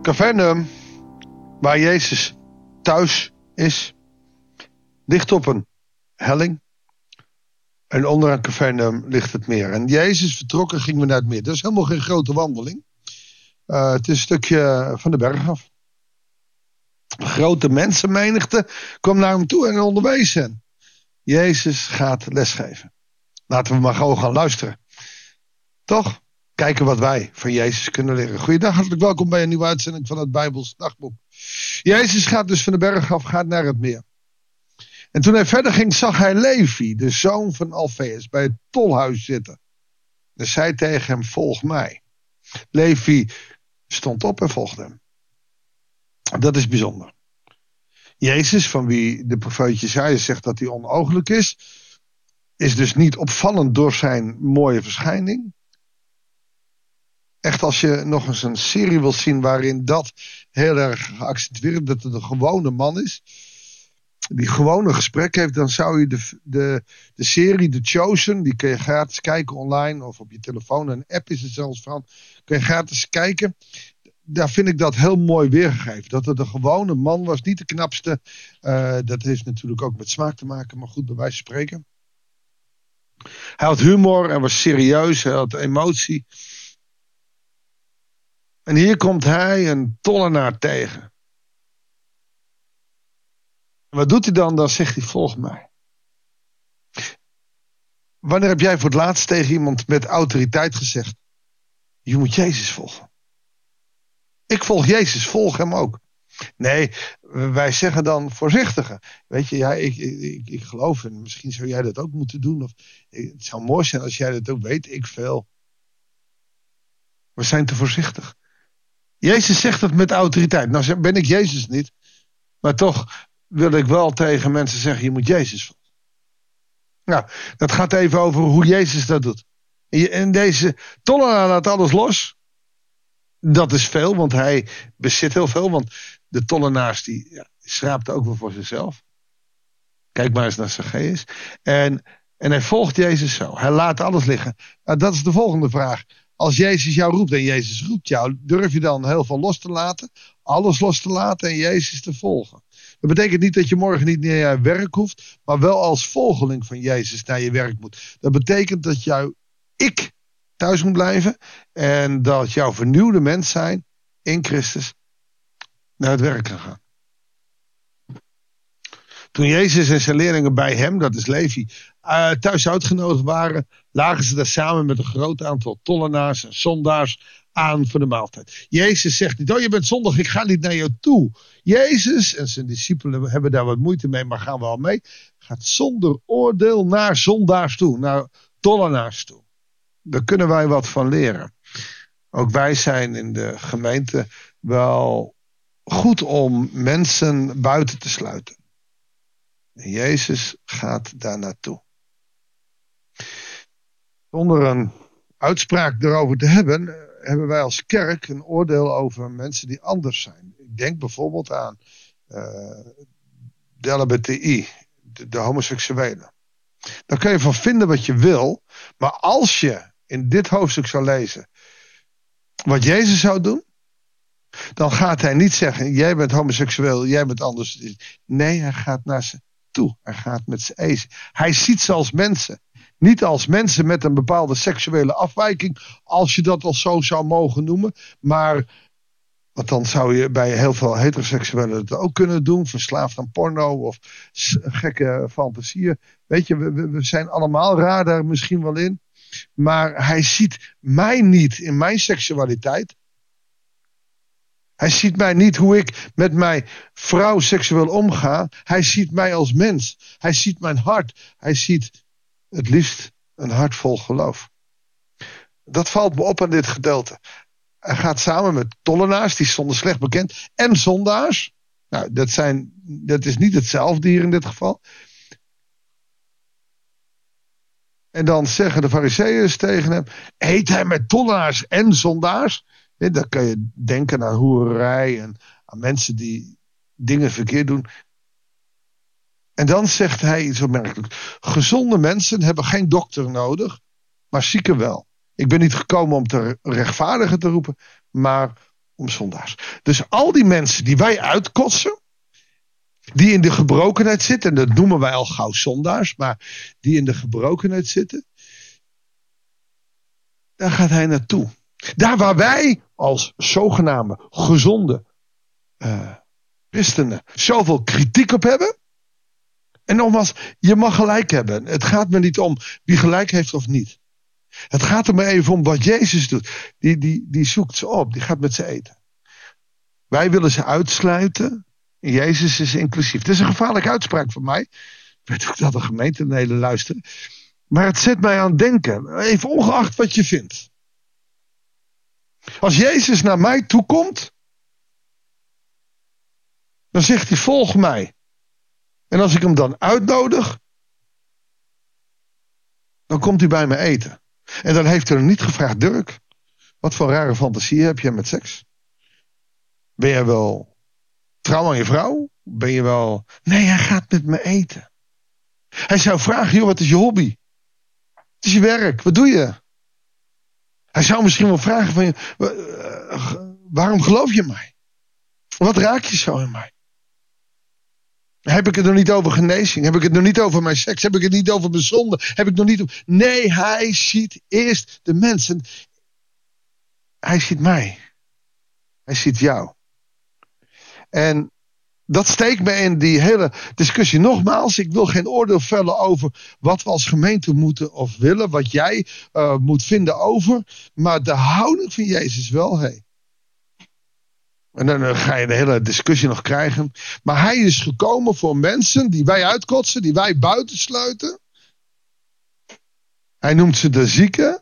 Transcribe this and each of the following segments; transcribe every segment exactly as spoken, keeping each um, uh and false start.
Capernaum, waar Jezus thuis is, ligt op een helling. En onderaan Capernaum ligt het meer. En Jezus vertrokken, gingen we naar het meer. Dat is helemaal geen grote wandeling. Uh, het is een stukje van de berg af. Een grote mensenmenigte kwam naar hem toe en onderwees hen. Jezus gaat lesgeven. Laten we maar gewoon gaan luisteren. Toch? Kijken wat wij van Jezus kunnen leren. Goeiedag, hartelijk welkom bij een nieuwe uitzending van het Bijbels Dagboek. Jezus gaat dus van de berg af, gaat naar het meer. En toen hij verder ging, zag hij Levi, de zoon van Alfeus, bij het tolhuis zitten. En zei tegen hem, volg mij. Levi stond op en volgde hem. Dat is bijzonder. Jezus, van wie de profeet Jesaja zegt dat hij onooglijk is, is dus niet opvallend door zijn mooie verschijning. Echt, als je nog eens een serie wilt zien waarin dat heel erg geaccentueerd, dat het een gewone man is, die gewoon een gesprek heeft, dan zou je de, de, de serie The Chosen, die kun je gratis kijken online of op je telefoon, een app is er zelfs van, kun je gratis kijken. Daar vind ik dat heel mooi weergegeven. Dat het een gewone man was, niet de knapste. Uh, dat heeft natuurlijk ook met smaak te maken, maar goed, bij wijze van spreken. Hij had humor en was serieus, hij had emotie. En hier komt hij een tollenaar tegen. En wat doet hij dan? Dan zegt hij, volg mij. Wanneer heb jij voor het laatst tegen iemand met autoriteit gezegd, je moet Jezus volgen? Ik volg Jezus, volg hem ook. Nee, wij zeggen dan voorzichtiger. Weet je, ja, ik, ik, ik geloof en misschien zou jij dat ook moeten doen. Of, het zou mooi zijn als jij dat ook weet, ik veel. We zijn te voorzichtig. Jezus zegt het met autoriteit. Nou ben ik Jezus niet. Maar toch wil ik wel tegen mensen zeggen, je moet Jezus volgen. Nou, dat gaat even over hoe Jezus dat doet. En deze tollenaar laat alles los. Dat is veel, want hij bezit heel veel. Want de tollenaars die ja, schraapten ook wel voor zichzelf. Kijk maar eens naar Zacchaeus. En, en hij volgt Jezus zo. Hij laat alles liggen. Nou, dat is de volgende vraag. Als Jezus jou roept en Jezus roept jou, durf je dan heel veel los te laten? Alles los te laten en Jezus te volgen? Dat betekent niet dat je morgen niet naar je werk hoeft, maar wel als volgeling van Jezus naar je werk moet. Dat betekent dat jouw ik thuis moet blijven en dat jouw vernieuwde mens zijn in Christus naar het werk kan gaan. Toen Jezus en zijn leerlingen bij hem, dat is Levi, uh, thuis uitgenodigd waren, lagen ze daar samen met een groot aantal tollenaars en zondaars aan voor de maaltijd. Jezus zegt niet, oh je bent zondig, ik ga niet naar jou toe. Jezus en zijn discipelen hebben daar wat moeite mee, maar gaan wel mee. Gaat zonder oordeel naar zondaars toe, naar tollenaars toe. Daar kunnen wij wat van leren. Ook wij zijn in de gemeente wel goed om mensen buiten te sluiten. En Jezus gaat daar naartoe. Zonder een uitspraak erover te hebben, hebben wij als kerk een oordeel over mensen die anders zijn. Ik denk bijvoorbeeld aan uh, de L H B T I, de, de homoseksuelen. Daar kun je van vinden wat je wil, maar als je in dit hoofdstuk zou lezen wat Jezus zou doen, dan gaat hij niet zeggen, jij bent homoseksueel, jij bent anders. Nee, hij gaat naar ze toe. Hij gaat met ze ezen. Hij ziet ze als mensen. Niet als mensen met een bepaalde seksuele afwijking, als je dat al zo zou mogen noemen. Maar, want dan zou je bij heel veel heteroseksuelen het ook kunnen doen. Verslaafd aan porno of gekke fantasieën. Weet je, we, we zijn allemaal raar daar misschien wel in. Maar hij ziet mij niet in mijn seksualiteit. Hij ziet mij niet hoe ik met mijn vrouw seksueel omga. Hij ziet mij als mens. Hij ziet mijn hart. Hij ziet het liefst een hart vol geloof. Dat valt me op aan dit gedeelte. Hij gaat samen met tollenaars, die stonden slecht bekend, en zondaars. Nou, dat, zijn, dat is niet hetzelfde hier in dit geval. En dan zeggen de Farizeeërs tegen hem, eet hij met tollenaars en zondaars? Ja, dan kan je denken aan hoererij en aan mensen die dingen verkeerd doen. En dan zegt hij iets opmerkelijks. Gezonde mensen hebben geen dokter nodig, maar zieken wel. Ik ben niet gekomen om te rechtvaardigen te roepen, maar om zondaars. Dus al die mensen die wij uitkotsen, die in de gebrokenheid zitten, en dat noemen wij al gauw zondaars, maar die in de gebrokenheid zitten, daar gaat hij naartoe. Daar waar wij als zogenaamde gezonde uh, christenen zoveel kritiek op hebben. En nogmaals, je mag gelijk hebben. Het gaat me niet om wie gelijk heeft of niet. Het gaat er maar even om wat Jezus doet. Die, die, die zoekt ze op, die gaat met ze eten. Wij willen ze uitsluiten. Jezus is inclusief. Het is een gevaarlijke uitspraak van mij. Ik weet ook dat de gemeente een hele luisteren. Maar het zet mij aan het denken. Even ongeacht wat je vindt. Als Jezus naar mij toe komt, dan zegt hij: volg mij. En als ik hem dan uitnodig, dan komt hij bij me eten. En dan heeft hij hem niet gevraagd: Dirk, wat voor rare fantasie heb je met seks? Ben je wel trouw aan je vrouw? Ben je wel... Nee, hij gaat met me eten. Hij zou vragen: joh, wat is je hobby? Wat is je werk? Wat doe je? Hij zou misschien wel vragen van je: waarom geloof je mij? Wat raak je zo in mij? Heb ik het nog niet over genezing? Heb ik het nog niet over mijn seks? Heb ik het niet over mijn zonde? Heb ik nog niet over... Nee, hij ziet eerst de mensen. Hij ziet mij. Hij ziet jou. En dat steekt me in die hele discussie. Nogmaals, ik wil geen oordeel vellen over wat we als gemeente moeten of willen. Wat jij uh, moet vinden over. Maar de houding van Jezus wel, hé. Hey. En dan ga je de hele discussie nog krijgen. Maar hij is gekomen voor mensen die wij uitkotsen, die wij buitensluiten. Hij noemt ze de zieken.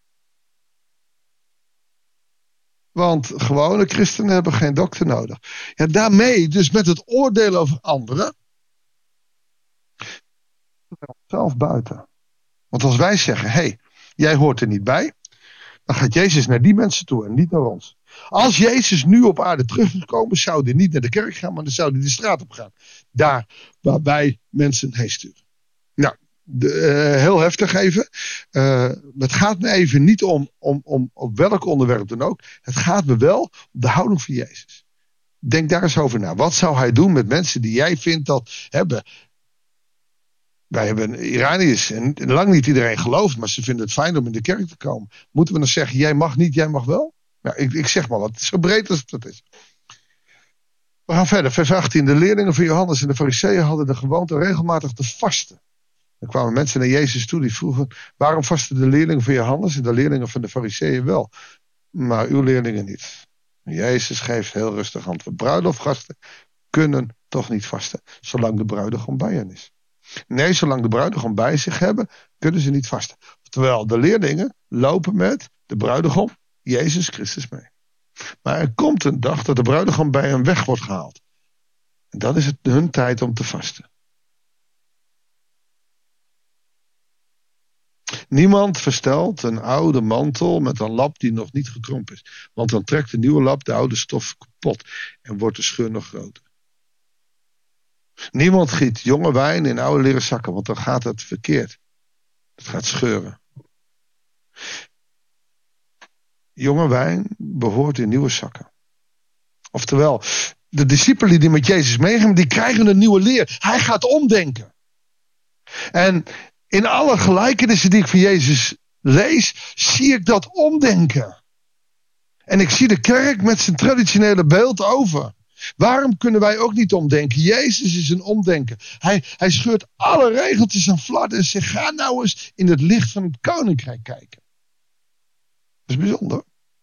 Want gewone christenen hebben geen dokter nodig. Ja, daarmee, dus met het oordeel over anderen, zelf buiten. Want als wij zeggen: hé, hey, jij hoort er niet bij, dan gaat Jezus naar die mensen toe en niet naar ons. Als Jezus nu op aarde terug is gekomen, zou hij niet naar de kerk gaan, maar dan zou hij de straat op gaan. Daar waar wij mensen heen sturen. Nou, de, uh, heel heftig even. Uh, het gaat me even niet om, om, om op welk onderwerp dan ook. Het gaat me wel om de houding van Jezus. Denk daar eens over na. Wat zou hij doen met mensen die jij vindt dat hebben? Wij hebben Iraniërs en lang niet iedereen gelooft, maar ze vinden het fijn om in de kerk te komen. Moeten we dan zeggen: jij mag niet, jij mag wel? Nou, ik, ik zeg maar wat, zo breed als het dat is. We gaan verder, vers achttien. De leerlingen van Johannes en de Farizeeën hadden de gewoonte regelmatig te vasten. Er kwamen mensen naar Jezus toe die vroegen: waarom vasten de leerlingen van Johannes en de leerlingen van de Farizeeën wel, maar uw leerlingen niet? Jezus geeft heel rustig antwoord: bruiloftgasten kunnen toch niet vasten, zolang de bruidegom bij hen is. Nee, zolang de bruidegom bij zich hebben, kunnen ze niet vasten. Terwijl de leerlingen lopen met de bruidegom, Jezus Christus, mee. Maar er komt een dag dat de bruidegom bij hen weg wordt gehaald. En dan is het hun tijd om te vasten. Niemand verstelt een oude mantel met een lap die nog niet gekrompen is. Want dan trekt de nieuwe lap de oude stof kapot en wordt de scheur nog groter. Niemand giet jonge wijn in oude leren zakken, want dan gaat het verkeerd. Het gaat scheuren. Jonge wijn behoort in nieuwe zakken. Oftewel, de discipelen die met Jezus meegaan, die krijgen een nieuwe leer. Hij gaat omdenken. En in alle gelijkenissen die ik van Jezus lees, zie ik dat omdenken. En ik zie de kerk met zijn traditionele beeld over. Waarom kunnen wij ook niet omdenken? Jezus is een omdenken. Hij, hij scheurt alle regeltjes aan flarden en zegt: ga nou eens in het licht van het koninkrijk kijken. Dat is bijzonder.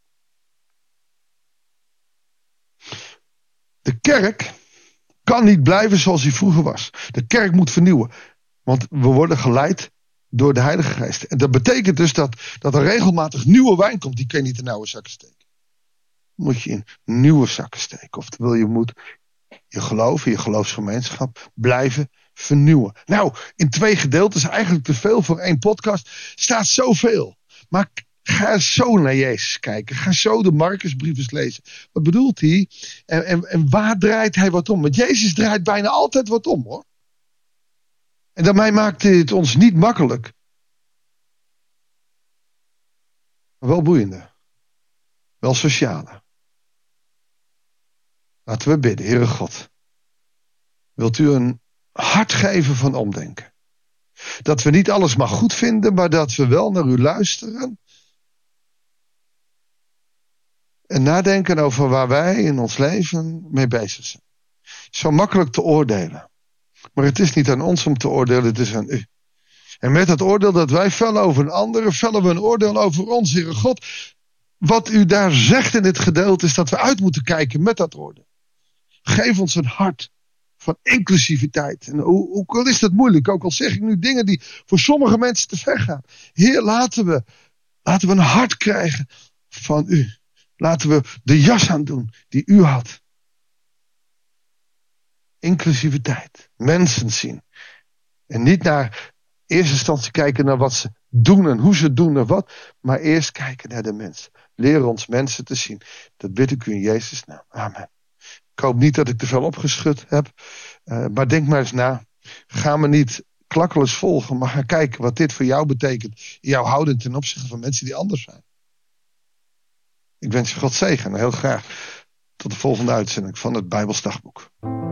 De kerk kan niet blijven zoals hij vroeger was. De kerk moet vernieuwen. Want we worden geleid door de Heilige Geest. En dat betekent dus dat, dat er regelmatig nieuwe wijn komt. Die kun je niet in oude zakken steken. Moet je in nieuwe zakken steken. Oftewel, je moet je geloof, je geloofsgemeenschap blijven vernieuwen. Nou, in twee gedeeltes, eigenlijk te veel voor één podcast, staat zoveel. Maar ga zo naar Jezus kijken. Ga zo de Marcusbrief eens lezen. Wat bedoelt hij? En, en, en waar draait hij wat om? Want Jezus draait bijna altijd wat om, hoor. En daarmee maakt hij het ons niet makkelijk. Maar wel boeiende. Wel sociale. Laten we bidden. Heere God, wilt u een hart geven van omdenken? Dat we niet alles maar goed vinden, maar dat we wel naar u luisteren. En nadenken over waar wij in ons leven mee bezig zijn. Zo makkelijk te oordelen. Maar het is niet aan ons om te oordelen, het is aan u. En met het oordeel dat wij vellen over een ander, vellen we een oordeel over ons, Heere God. Wat u daar zegt in dit gedeelte is dat we uit moeten kijken met dat oordeel. Geef ons een hart van inclusiviteit. En hoe, ook al is dat moeilijk, ook al zeg ik nu dingen die voor sommige mensen te ver gaan. Heer, laten we, laten we een hart krijgen van u. Laten we de jas aan doen die u had. Inclusiviteit. Mensen zien. En niet naar eerste instantie kijken naar wat ze doen en hoe ze doen en wat. Maar eerst kijken naar de mensen. Leer ons mensen te zien. Dat bid ik u in Jezus' naam. Amen. Ik hoop niet dat ik te veel opgeschud heb. Uh, maar denk maar eens na. Ga me niet klakkeloos volgen. Maar ga kijken wat dit voor jou betekent. In jouw houding ten opzichte van mensen die anders zijn. Ik wens je God zegen. En heel graag tot de volgende uitzending van het Bijbels Dagboek.